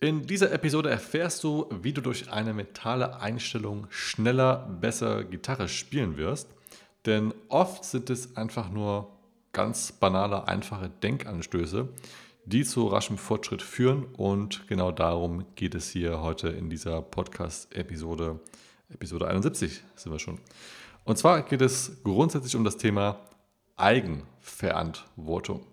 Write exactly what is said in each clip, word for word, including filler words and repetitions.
In dieser Episode erfährst du, wie du durch eine mentale Einstellung schneller, besser Gitarre spielen wirst. Denn oft sind es einfach nur ganz banale, einfache Denkanstöße, die zu raschem Fortschritt führen. Und genau darum geht es hier heute in dieser Podcast-Episode, Episode einundsiebzig sind wir schon. Und zwar geht es grundsätzlich um das Thema Eigenverantwortung.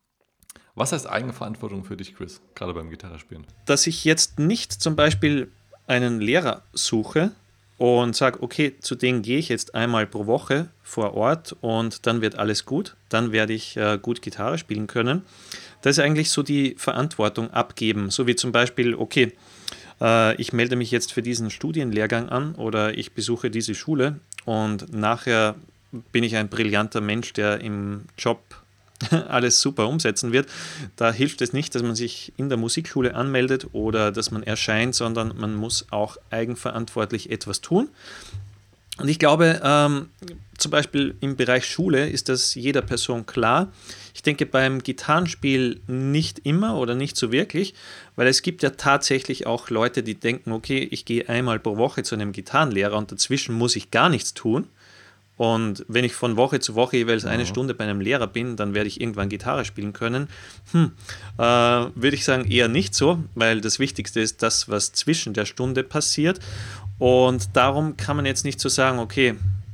Was heißt Eigenverantwortung für dich, Chris, gerade beim Gitarrespielen? Dass ich jetzt nicht zum Beispiel einen Lehrer suche und sage, okay, zu dem gehe ich jetzt einmal pro Woche vor Ort und dann wird alles gut, dann werde ich äh, gut Gitarre spielen können. Das ist eigentlich so die Verantwortung abgeben, so wie zum Beispiel, okay, äh, ich melde mich jetzt für diesen Studienlehrgang an oder ich besuche diese Schule und nachher bin ich ein brillanter Mensch, der im Job alles super umsetzen wird. Da hilft es nicht, dass man sich in der Musikschule anmeldet oder dass man erscheint, sondern man muss auch eigenverantwortlich etwas tun. Und ich glaube, ähm, zum Beispiel im Bereich Schule ist das jeder Person klar. Ich denke beim Gitarrenspiel nicht immer oder nicht so wirklich, weil es gibt ja tatsächlich auch Leute, die denken, okay, ich gehe einmal pro Woche zu einem Gitarrenlehrer und dazwischen muss ich gar nichts tun. Und wenn ich von Woche zu Woche jeweils eine Mhm. Stunde bei einem Lehrer bin, dann werde ich irgendwann Gitarre spielen können. Hm, äh, würde ich sagen, eher nicht so, weil das Wichtigste ist das, was zwischen der Stunde passiert. Und darum kann man jetzt nicht so sagen, okay,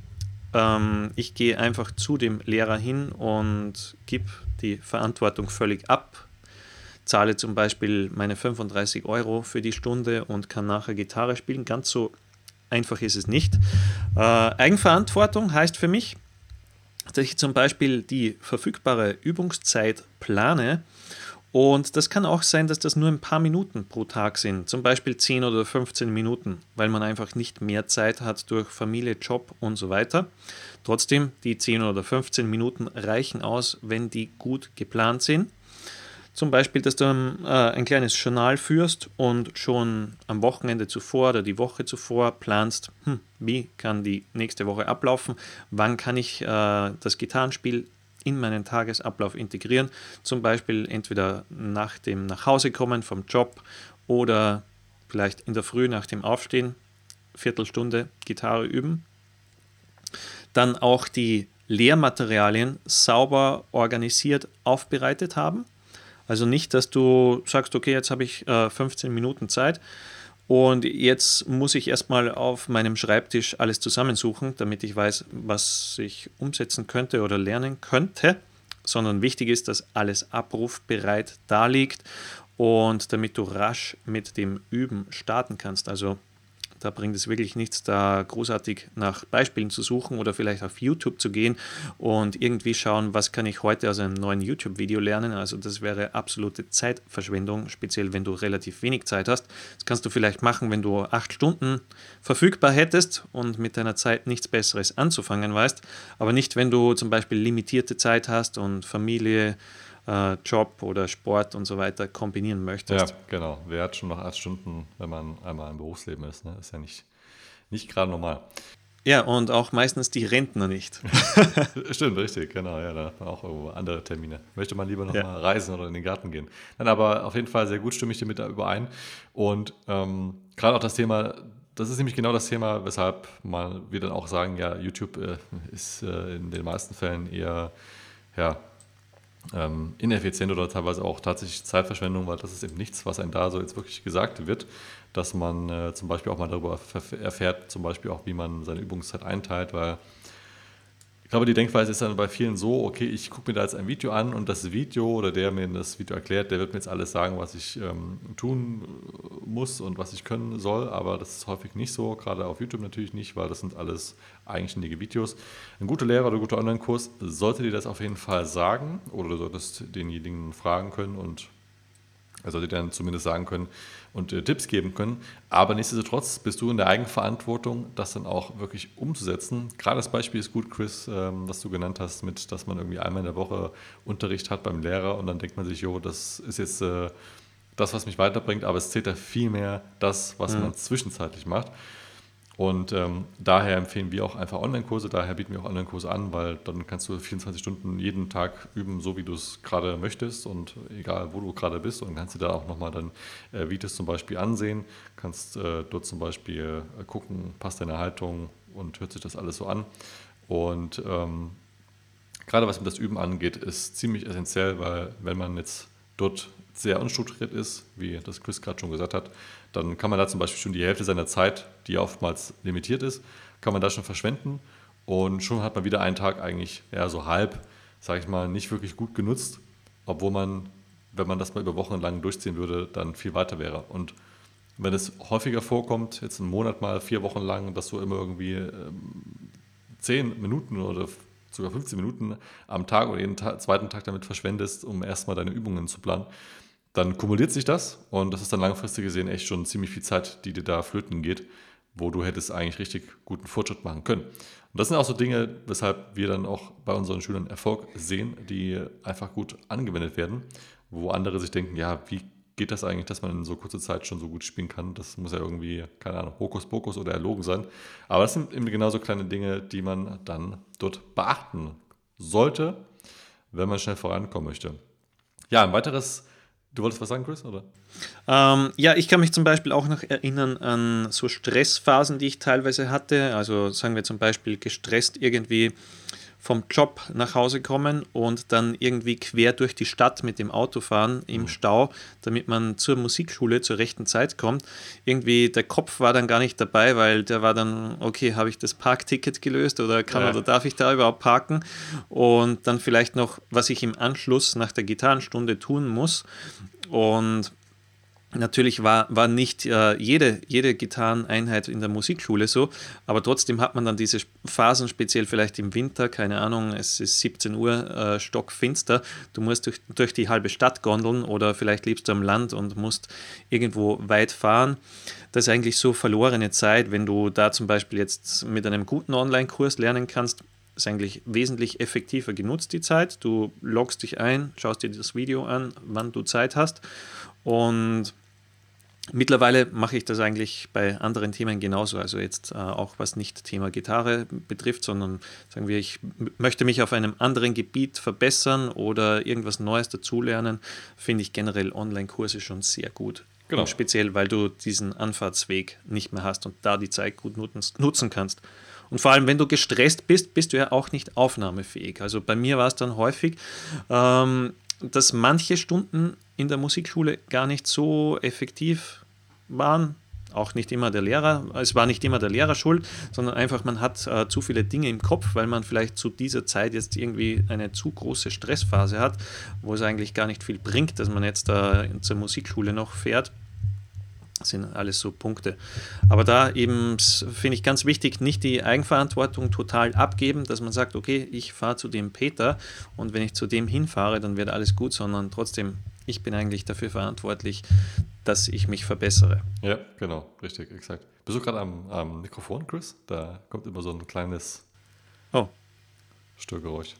ähm, ich gehe einfach zu dem Lehrer hin und gebe die Verantwortung völlig ab, zahle zum Beispiel meine fünfunddreißig Euro für die Stunde und kann nachher Gitarre spielen. Ganz so einfach ist es nicht. Äh, Eigenverantwortung heißt für mich, dass ich zum Beispiel die verfügbare Übungszeit plane und das kann auch sein, dass das nur ein paar Minuten pro Tag sind, zum Beispiel zehn oder fünfzehn Minuten, weil man einfach nicht mehr Zeit hat durch Familie, Job und so weiter. Trotzdem, die zehn oder fünfzehn Minuten reichen aus, wenn die gut geplant sind. Zum Beispiel, dass du äh, ein kleines Journal führst und schon am Wochenende zuvor oder die Woche zuvor planst, hm, wie kann die nächste Woche ablaufen, wann kann ich äh, das Gitarrenspiel in meinen Tagesablauf integrieren, zum Beispiel entweder nach dem Nachhausekommen vom Job oder vielleicht in der Früh nach dem Aufstehen, Viertelstunde Gitarre üben. Dann auch die Lehrmaterialien sauber organisiert aufbereitet haben. Also nicht, dass du sagst, okay, jetzt habe ich äh, fünfzehn Minuten Zeit und jetzt muss ich erstmal auf meinem Schreibtisch alles zusammensuchen, damit ich weiß, was ich umsetzen könnte oder lernen könnte, sondern wichtig ist, dass alles abrufbereit da liegt und damit du rasch mit dem Üben starten kannst. Also da bringt es wirklich nichts, da großartig nach Beispielen zu suchen oder vielleicht auf YouTube zu gehen und irgendwie schauen, was kann ich heute aus einem neuen YouTube-Video lernen. Also das wäre absolute Zeitverschwendung, speziell wenn du relativ wenig Zeit hast. Das kannst du vielleicht machen, wenn du acht Stunden verfügbar hättest und mit deiner Zeit nichts Besseres anzufangen weißt, aber nicht, wenn du zum Beispiel limitierte Zeit hast und Familie, Job oder Sport und so weiter kombinieren möchtest. Ja, genau. Wer hat schon noch acht Stunden, wenn man einmal im Berufsleben ist? Ne? Ist ja nicht, nicht gerade normal. Ja, und auch meistens die Rentner nicht. Stimmt, richtig, genau. Ja, da hat man auch irgendwo andere Termine. Möchte man lieber noch Ja. mal reisen oder in den Garten gehen. Nein, aber auf jeden Fall sehr gut, stimme ich dir mit überein. Und ähm, gerade auch das Thema, das ist nämlich genau das Thema, weshalb man, wir dann auch sagen, ja, YouTube äh, ist äh, in den meisten Fällen eher, ja, ähm, ineffizient oder teilweise auch tatsächlich Zeitverschwendung, weil das ist eben nichts, was einem da so jetzt wirklich gesagt wird, dass man äh, zum Beispiel auch mal darüber verf- erfährt, zum Beispiel auch, wie man seine Übungszeit einteilt, weil ich glaube, die Denkweise ist dann bei vielen so, okay, ich gucke mir da jetzt ein Video an und das Video oder der mir das Video erklärt, der wird mir jetzt alles sagen, was ich ähm, tun muss und was ich können soll, aber das ist häufig nicht so, gerade auf YouTube natürlich nicht, weil das sind alles eigenständige Videos. Ein guter Lehrer oder ein guter Online-Kurs sollte dir das auf jeden Fall sagen oder du solltest denjenigen fragen können und er sollte dir dann zumindest sagen können und äh, Tipps geben können. Aber nichtsdestotrotz bist du in der Eigenverantwortung, das dann auch wirklich umzusetzen. Gerade das Beispiel ist gut, Chris, ähm, was du genannt hast, mit, dass man irgendwie einmal in der Woche Unterricht hat beim Lehrer und dann denkt man sich, jo, das ist jetzt äh, das, was mich weiterbringt, aber es zählt da viel mehr das, was Mhm. man zwischenzeitlich macht. Und ähm, daher empfehlen wir auch einfach Online-Kurse, daher bieten wir auch Online-Kurse an, weil dann kannst du vierundzwanzig Stunden jeden Tag üben, so wie du es gerade möchtest und egal, wo du gerade bist, und kannst dir da auch nochmal dann äh, Videos zum Beispiel ansehen, kannst äh, dort zum Beispiel äh, gucken, passt deine Haltung und hört sich das alles so an. Und ähm, gerade was das Üben angeht, ist ziemlich essentiell, weil wenn man jetzt dort sehr unstrukturiert ist, wie das Chris gerade schon gesagt hat, dann kann man da zum Beispiel schon die Hälfte seiner Zeit, die ja oftmals limitiert ist, kann man da schon verschwenden und schon hat man wieder einen Tag eigentlich ja, so halb, sage ich mal, nicht wirklich gut genutzt, obwohl man, wenn man das mal über Wochen lang durchziehen würde, dann viel weiter wäre. Und wenn es häufiger vorkommt, jetzt einen Monat mal, vier Wochen lang, dass du immer irgendwie ähm, zehn Minuten oder sogar fünfzehn Minuten am Tag oder jeden Ta- zweiten Tag damit verschwendest, um erstmal deine Übungen zu planen, dann kumuliert sich das und das ist dann langfristig gesehen echt schon ziemlich viel Zeit, die dir da flöten geht, wo du hättest eigentlich richtig guten Fortschritt machen können. Und das sind auch so Dinge, weshalb wir dann auch bei unseren Schülern Erfolg sehen, die einfach gut angewendet werden, wo andere sich denken, ja, wie geht das eigentlich, dass man in so kurzer Zeit schon so gut spielen kann? Das muss ja irgendwie, keine Ahnung, Hokuspokus oder erlogen sein. Aber das sind eben genauso kleine Dinge, die man dann dort beachten sollte, wenn man schnell vorankommen möchte. Ja, ein weiteres, du wolltest was sagen, Chris, oder? Ähm, ja, ich kann mich zum Beispiel auch noch erinnern an so Stressphasen, die ich teilweise hatte. Also sagen wir zum Beispiel gestresst irgendwie vom Job nach Hause kommen und dann irgendwie quer durch die Stadt mit dem Auto fahren im Mhm. Stau, damit man zur Musikschule zur rechten Zeit kommt. Irgendwie der Kopf war dann gar nicht dabei, weil der war dann, okay, habe ich das Parkticket gelöst oder kann Ja, oder darf ich da überhaupt parken? Und dann vielleicht noch, was ich im Anschluss nach der Gitarrenstunde tun muss. Und natürlich war, war nicht äh, jede, jede Gitarreneinheit in der Musikschule so, aber trotzdem hat man dann diese Phasen, speziell vielleicht im Winter, keine Ahnung, es ist siebzehn Uhr, äh, stockfinster, du musst durch, durch die halbe Stadt gondeln oder vielleicht lebst du am Land und musst irgendwo weit fahren. Das ist eigentlich so verlorene Zeit, wenn du da zum Beispiel jetzt mit einem guten Online-Kurs lernen kannst, ist eigentlich wesentlich effektiver genutzt, die Zeit. Du loggst dich ein, schaust dir das Video an, wann du Zeit hast und mittlerweile mache ich das eigentlich bei anderen Themen genauso, also jetzt äh, auch was nicht Thema Gitarre betrifft, sondern sagen wir, ich m- möchte mich auf einem anderen Gebiet verbessern oder irgendwas Neues dazulernen, finde ich generell Online-Kurse schon sehr gut. Und genau. speziell, weil du diesen Anfahrtsweg nicht mehr hast und da die Zeit gut nutzen, nutzen kannst. Und vor allem, wenn du gestresst bist, bist du ja auch nicht aufnahmefähig. Also bei mir war es dann häufig, ähm, dass manche Stunden in der Musikschule gar nicht so effektiv waren. Auch nicht immer der Lehrer, es war nicht immer der Lehrer schuld, sondern einfach man hat äh, zu viele Dinge im Kopf, weil man vielleicht zu dieser Zeit jetzt irgendwie eine zu große Stressphase hat, wo es eigentlich gar nicht viel bringt, dass man jetzt da äh, zur Musikschule noch fährt. Das sind alles so Punkte. Aber da eben finde ich ganz wichtig, nicht die Eigenverantwortung total abgeben, dass man sagt, okay, ich fahre zu dem Peter und wenn ich zu dem hinfahre, dann wird alles gut, sondern trotzdem, ich bin eigentlich dafür verantwortlich, dass ich mich verbessere. Ja, genau, richtig, exakt. Bist du gerade am, am Mikrofon, Chris? Da kommt immer so ein kleines Oh, Störgeräusch.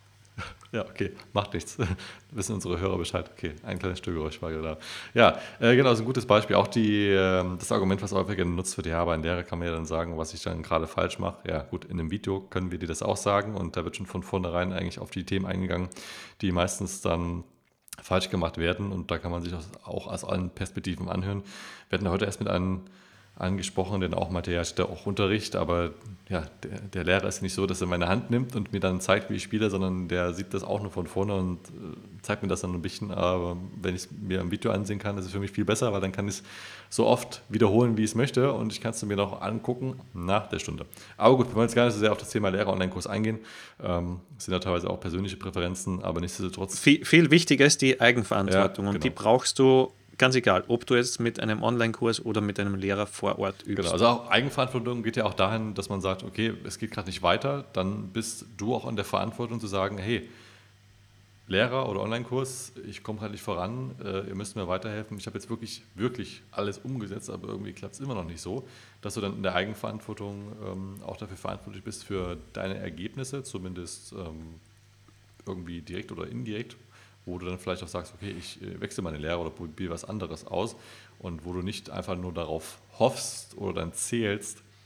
Ja, okay, macht nichts. Wissen unsere Hörer Bescheid. Okay, ein kleines Störgeräusch war gerade da. Ja, äh, genau, ist ein gutes Beispiel. Auch die, ähm, das Argument, was häufig genutzt wird, ja, aber ein Lehrer kann mir ja dann sagen, was ich dann gerade falsch mache. Ja, gut, in einem Video können wir dir das auch sagen und da wird schon von vornherein eigentlich auf die Themen eingegangen, die meistens dann falsch gemacht werden und da kann man sich aus, auch aus allen Perspektiven anhören. Wir hatten ja heute erst mit einem angesprochen, der auch meinte, ja, ich hatte auch Unterricht, aber ja, der, der Lehrer ist nicht so, dass er meine Hand nimmt und mir dann zeigt, wie ich spiele, sondern der sieht das auch nur von vorne und äh, zeigt mir das dann ein bisschen. Aber wenn ich es mir im Video ansehen kann, ist es für mich viel besser, weil dann kann ich es so oft wiederholen, wie ich es möchte und ich kann es mir noch angucken nach der Stunde. Aber gut, wir wollen jetzt gar nicht so sehr auf das Thema Lehrer-Online-Kurs eingehen. Ähm, das sind ja teilweise auch persönliche Präferenzen, aber nichtsdestotrotz. viel, viel wichtiger ist die Ja, Eigenverantwortung und die genau. brauchst du ganz egal, ob du jetzt mit einem Online-Kurs oder mit einem Lehrer vor Ort Genau, übst. also auch Eigenverantwortung geht ja auch dahin, dass man sagt, okay, es geht gerade nicht weiter, dann bist du auch in der Verantwortung zu sagen, hey, Lehrer oder Online-Kurs, ich komme halt nicht voran, äh, ihr müsst mir weiterhelfen. Ich habe jetzt wirklich, wirklich alles umgesetzt, aber irgendwie klappt es immer noch nicht so, dass du dann in der Eigenverantwortung ähm, auch dafür verantwortlich bist für deine Ergebnisse, zumindest ähm, irgendwie direkt oder indirekt, wo du dann vielleicht auch sagst, okay, ich äh, wechsle meine Lehre oder probiere was anderes aus und wo du nicht einfach nur darauf hoffst oder dann zählst,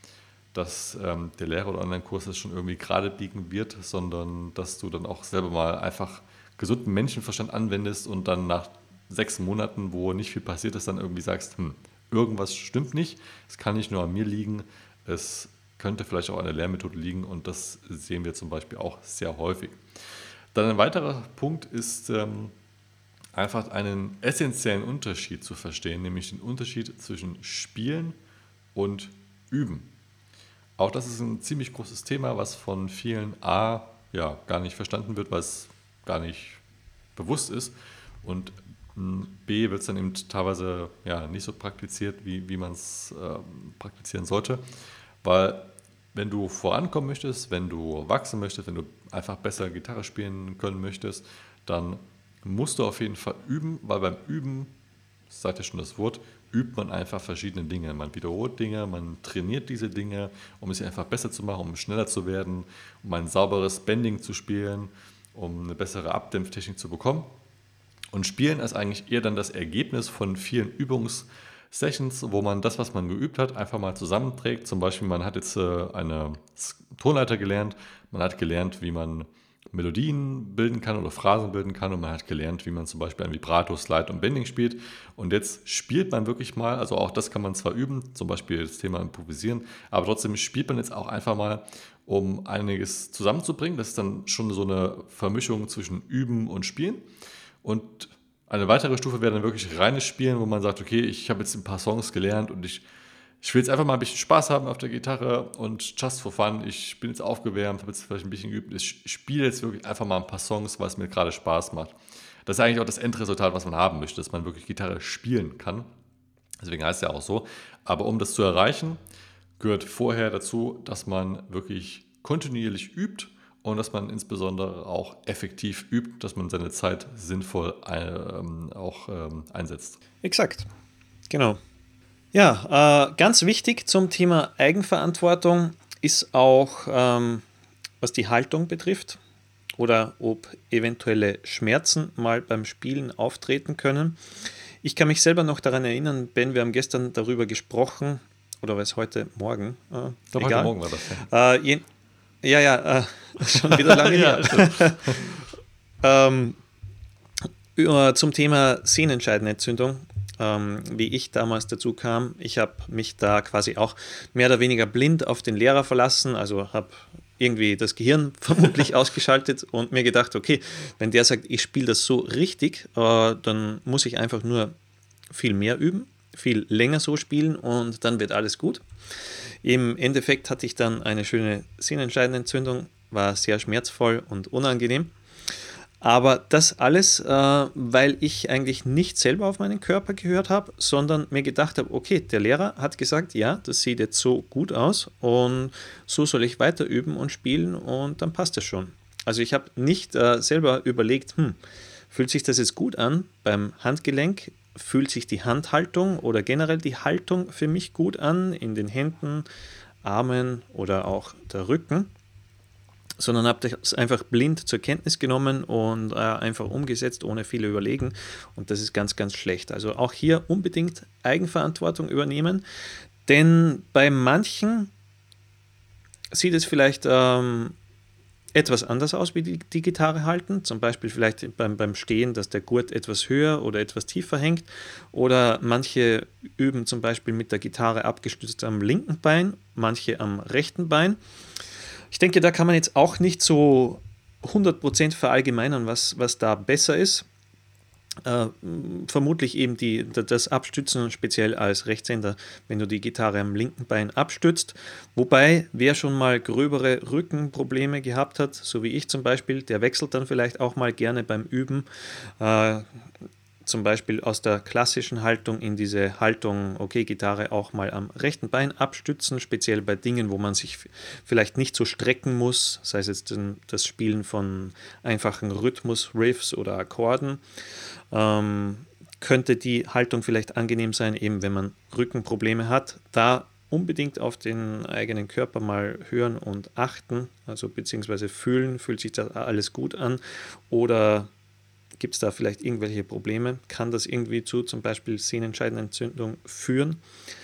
dass ähm, der Lehrer oder Online-Kurs es schon irgendwie gerade biegen wird, sondern dass du dann auch selber mal einfach gesunden Menschenverstand anwendest und dann nach sechs Monaten, wo nicht viel passiert ist, dann irgendwie sagst, hm, irgendwas stimmt nicht, es kann nicht nur an mir liegen, es könnte vielleicht auch an der Lehrmethode liegen und das sehen wir zum Beispiel auch sehr häufig. Dann ein weiterer Punkt ist ähm, einfach einen essentiellen Unterschied zu verstehen, nämlich den Unterschied zwischen Spielen und Üben. Auch das ist ein ziemlich großes Thema, was von vielen A ja, gar nicht verstanden wird, weil es gar nicht bewusst ist und m, B wird es dann eben teilweise ja, nicht so praktiziert, wie, wie man es ähm, praktizieren sollte, weil wenn du vorankommen möchtest, wenn du wachsen möchtest, wenn du einfach besser Gitarre spielen können möchtest, dann musst du auf jeden Fall üben, weil beim Üben, das sagt ja schon das Wort, übt man einfach verschiedene Dinge. Man wiederholt Dinge, man trainiert diese Dinge, um es einfach besser zu machen, um schneller zu werden, um ein sauberes Bending zu spielen, um eine bessere Abdämpftechnik zu bekommen. Und Spielen ist eigentlich eher dann das Ergebnis von vielen Übungssessions, wo man das, was man geübt hat, einfach mal zusammenträgt. Zum Beispiel, man hat jetzt äh, eine Tonleiter gelernt, man hat gelernt, wie man Melodien bilden kann oder Phrasen bilden kann und man hat gelernt, wie man zum Beispiel ein Vibrato, Slide und Bending spielt. Und jetzt spielt man wirklich mal, also auch das kann man zwar üben, zum Beispiel das Thema Improvisieren, aber trotzdem spielt man jetzt auch einfach mal, um einiges zusammenzubringen. Das ist dann schon so eine Vermischung zwischen Üben und Spielen. Und eine weitere Stufe wäre dann wirklich reines Spielen, wo man sagt, okay, ich habe jetzt ein paar Songs gelernt und ich, ich will jetzt einfach mal ein bisschen Spaß haben auf der Gitarre und just for fun, ich bin jetzt aufgewärmt, habe jetzt vielleicht ein bisschen geübt, ich spiele jetzt wirklich einfach mal ein paar Songs, weil es mir gerade Spaß macht. Das ist eigentlich auch das Endresultat, was man haben möchte, dass man wirklich Gitarre spielen kann. Deswegen heißt es ja auch so. Aber um das zu erreichen, gehört vorher dazu, dass man wirklich kontinuierlich übt und dass man insbesondere auch effektiv übt, dass man seine Zeit sinnvoll ähm, auch ähm, einsetzt. Exakt, genau. Ja, äh, ganz wichtig zum Thema Eigenverantwortung ist auch, ähm, was die Haltung betrifft oder ob eventuelle Schmerzen mal beim Spielen auftreten können. Ich kann mich selber noch daran erinnern, Ben, wir haben gestern darüber gesprochen, oder war es heute Morgen? Äh, ich glaube, heute Morgen war das. Ja, äh, je, ja, ja äh, schon wieder lange her. ähm, zum Thema Sehnenscheidenentzündung. Ähm, wie ich damals dazu kam. Ich habe mich da quasi auch mehr oder weniger blind auf den Lehrer verlassen, also habe irgendwie das Gehirn vermutlich ausgeschaltet und mir gedacht, okay, wenn der sagt, ich spiele das so richtig, äh, dann muss ich einfach nur viel mehr üben, viel länger so spielen und dann wird alles gut. Im Endeffekt hatte ich dann eine schöne Sehnenscheidenentzündung, war sehr schmerzvoll und unangenehm. Aber das alles, äh, weil ich eigentlich nicht selber auf meinen Körper gehört habe, sondern mir gedacht habe, okay, der Lehrer hat gesagt, ja, das sieht jetzt so gut aus und so soll ich weiter üben und spielen und dann passt das schon. Also ich habe nicht äh, selber überlegt, hm, fühlt sich das jetzt gut an beim Handgelenk? Fühlt sich die Handhaltung oder generell die Haltung für mich gut an in den Händen, Armen oder auch der Rücken? Sondern habe das einfach blind zur Kenntnis genommen und äh, einfach umgesetzt, ohne viel überlegen. Und das ist ganz, ganz schlecht. Also auch hier unbedingt Eigenverantwortung übernehmen, denn bei manchen sieht es vielleicht ähm, etwas anders aus, wie die, die Gitarre halten. Zum Beispiel vielleicht beim, beim Stehen, dass der Gurt etwas höher oder etwas tiefer hängt. Oder manche üben zum Beispiel mit der Gitarre abgestützt am linken Bein, manche am rechten Bein. Ich denke, da kann man jetzt auch nicht so hundert Prozent verallgemeinern, was, was da besser ist. Äh, vermutlich eben die, das Abstützen, speziell als Rechtshänder, wenn du die Gitarre am linken Bein abstützt. Wobei, wer schon mal gröbere Rückenprobleme gehabt hat, so wie ich zum Beispiel, der wechselt dann vielleicht auch mal gerne beim Üben. Äh, zum Beispiel aus der klassischen Haltung in diese Haltung, okay, Gitarre auch mal am rechten Bein abstützen, speziell bei Dingen, wo man sich vielleicht nicht so strecken muss, sei es jetzt das Spielen von einfachen Rhythmus-Riffs oder Akkorden, ähm, könnte die Haltung vielleicht angenehm sein, eben wenn man Rückenprobleme hat. Da unbedingt auf den eigenen Körper mal hören und achten, also beziehungsweise fühlen, fühlt sich das alles gut an oder gibt es da vielleicht irgendwelche Probleme? Kann das irgendwie zu zum Beispiel Sehnenscheidenentzündung führen?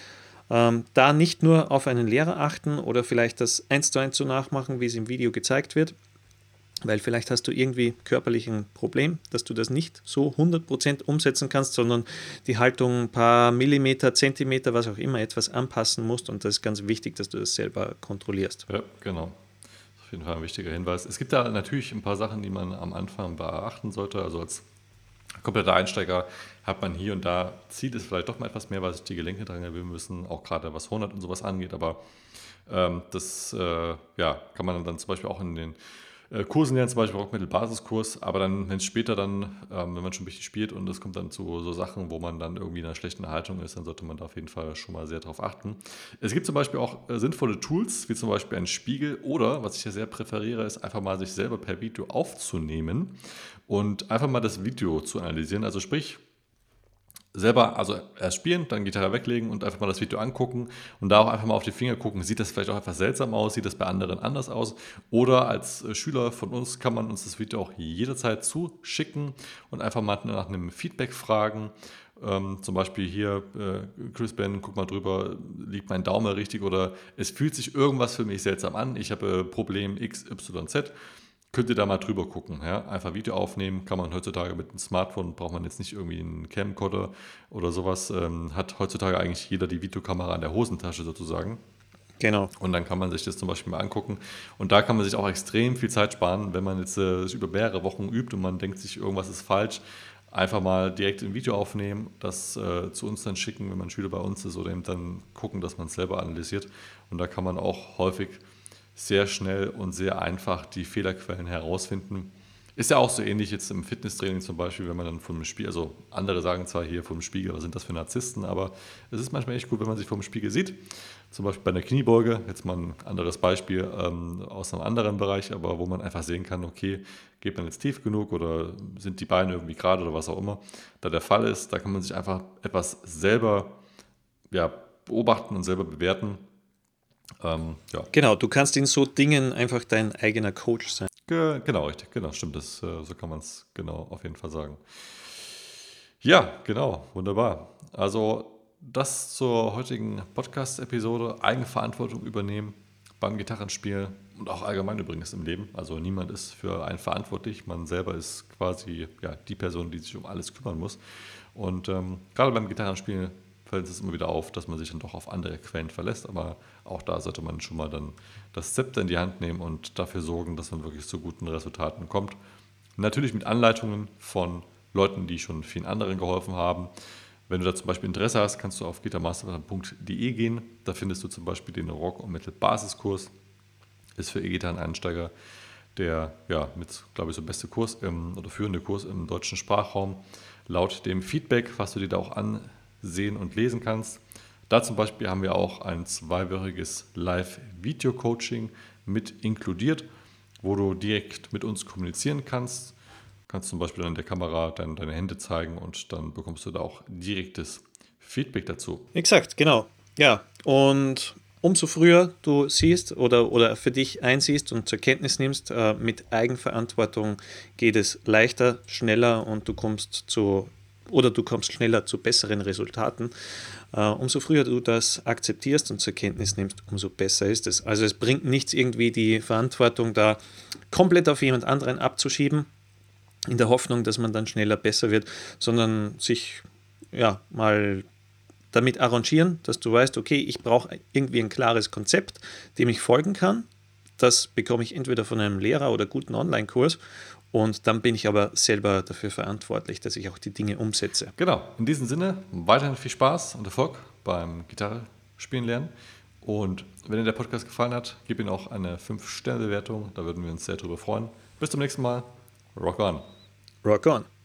Ähm, da nicht nur auf einen Lehrer achten oder vielleicht das eins zu eins so nachmachen, wie es im Video gezeigt wird, weil vielleicht hast du irgendwie körperlich ein Problem, dass du das nicht so hundert Prozent umsetzen kannst, sondern die Haltung ein paar Millimeter, Zentimeter, was auch immer, etwas anpassen musst und das ist ganz wichtig, dass du das selber kontrollierst. Ja, genau. Das ist auf jeden Fall ein wichtiger Hinweis. Es gibt da natürlich ein paar Sachen, die man am Anfang beachten sollte. Also als kompletter Einsteiger hat man hier und da, zieht es vielleicht doch mal etwas mehr, weil sich die Gelenke daran gewöhnen müssen, auch gerade was hundert und sowas angeht. Aber ähm, das äh, ja, kann man dann zum Beispiel auch in den äh, Kursen lernen, zum Beispiel Rockmittel-Basiskurs. Aber dann, wenn es später dann, ähm, wenn man schon ein bisschen spielt und es kommt dann zu so Sachen, wo man dann irgendwie in einer schlechten Haltung ist, dann sollte man da auf jeden Fall schon mal sehr drauf achten. Es gibt zum Beispiel auch äh, sinnvolle Tools, wie zum Beispiel einen Spiegel oder, was ich ja sehr präferiere, ist einfach mal sich selber per Video aufzunehmen und einfach mal das Video zu analysieren. Also sprich, selber, also erst spielen, dann Gitarre weglegen und einfach mal das Video angucken und da auch einfach mal auf die Finger gucken. Sieht das vielleicht auch etwas seltsam aus? Sieht das bei anderen anders aus? Oder als äh, Schüler von uns kann man uns das Video auch jederzeit zuschicken und einfach mal nach einem Feedback fragen. Ähm, zum Beispiel hier, äh, Chris Ben, guck mal drüber, liegt mein Daumen richtig oder es fühlt sich irgendwas für mich seltsam an. Ich habe äh, Problem X Y Z. Könnt ihr da mal drüber gucken. Ja? Einfach Video aufnehmen, kann man heutzutage mit einem Smartphone, braucht man jetzt nicht irgendwie einen Camcorder oder sowas. Ähm, hat heutzutage eigentlich jeder die Videokamera in der Hosentasche sozusagen. Genau. Und dann kann man sich das zum Beispiel mal angucken. Und da kann man sich auch extrem viel Zeit sparen, wenn man jetzt äh, über mehrere Wochen übt und man denkt sich, irgendwas ist falsch. Einfach mal direkt ein Video aufnehmen, das äh, zu uns dann schicken, wenn man Schüler bei uns ist oder eben dann gucken, dass man es selber analysiert. Und da kann man auch häufig sehr schnell und sehr einfach die Fehlerquellen herausfinden. Ist ja auch so ähnlich jetzt im Fitnesstraining zum Beispiel, wenn man dann vom Spiegel, also andere sagen zwar hier vom Spiegel, was sind das für Narzissten, aber es ist manchmal echt gut, wenn man sich vom Spiegel sieht. Zum Beispiel bei einer Kniebeuge, jetzt mal ein anderes Beispiel ähm, aus einem anderen Bereich, aber wo man einfach sehen kann, okay, geht man jetzt tief genug oder sind die Beine irgendwie gerade oder was auch immer da der Fall ist, da kann man sich einfach etwas selber ja, beobachten und selber bewerten. Ähm, ja. Genau, du kannst in so Dingen einfach dein eigener Coach sein. Ge genau, richtig, genau, stimmt, das, äh, so kann man es genau auf jeden Fall sagen. Ja, genau, wunderbar. Also das zur heutigen Podcast-Episode, Eigenverantwortung übernehmen beim Gitarrenspiel und auch allgemein übrigens im Leben. Also niemand ist für einen verantwortlich, man selber ist quasi ja, die Person, die sich um alles kümmern muss. Und ähm, gerade beim Gitarrenspiel fällt es immer wieder auf, dass man sich dann doch auf andere Quellen verlässt, aber auch da sollte man schon mal dann das Zepter in die Hand nehmen und dafür sorgen, dass man wirklich zu guten Resultaten kommt. Natürlich mit Anleitungen von Leuten, die schon vielen anderen geholfen haben. Wenn du da zum Beispiel Interesse hast, kannst du auf guitarmasterplan punkt de gehen. Da findest du zum Beispiel den Rock- und Metal-Basiskurs. Ist für E-Gitarren-Einsteiger der, ja, mit, glaube ich, so beste Kurs im, oder führende Kurs im deutschen Sprachraum. Laut dem Feedback, was du dir da auch ansehen und lesen kannst. Da zum Beispiel haben wir auch ein zweiwöchiges Live-Video-Coaching mit inkludiert, wo du direkt mit uns kommunizieren kannst. Du kannst zum Beispiel an der Kamera deine, deine Hände zeigen und dann bekommst du da auch direktes Feedback dazu. Exakt, genau. Ja, und umso früher du siehst oder, oder für dich einsiehst und zur Kenntnis nimmst, äh, mit Eigenverantwortung geht es leichter, schneller und du kommst zu oder du kommst schneller zu besseren Resultaten. Uh, umso früher du das akzeptierst und zur Kenntnis nimmst, umso besser ist es. Also es bringt nichts, irgendwie die Verantwortung da komplett auf jemand anderen abzuschieben, in der Hoffnung, dass man dann schneller besser wird, sondern sich ja mal damit arrangieren, dass du weißt, okay, ich brauche irgendwie ein klares Konzept, dem ich folgen kann. Das bekomme ich entweder von einem Lehrer oder guten Online-Kurs. Und dann bin ich aber selber dafür verantwortlich, dass ich auch die Dinge umsetze. Genau, in diesem Sinne weiterhin viel Spaß und Erfolg beim Gitarre spielen lernen. Und wenn dir der Podcast gefallen hat, gib ihm auch eine fünf Sterne Bewertung. Da würden wir uns sehr drüber freuen. Bis zum nächsten Mal. Rock on. Rock on.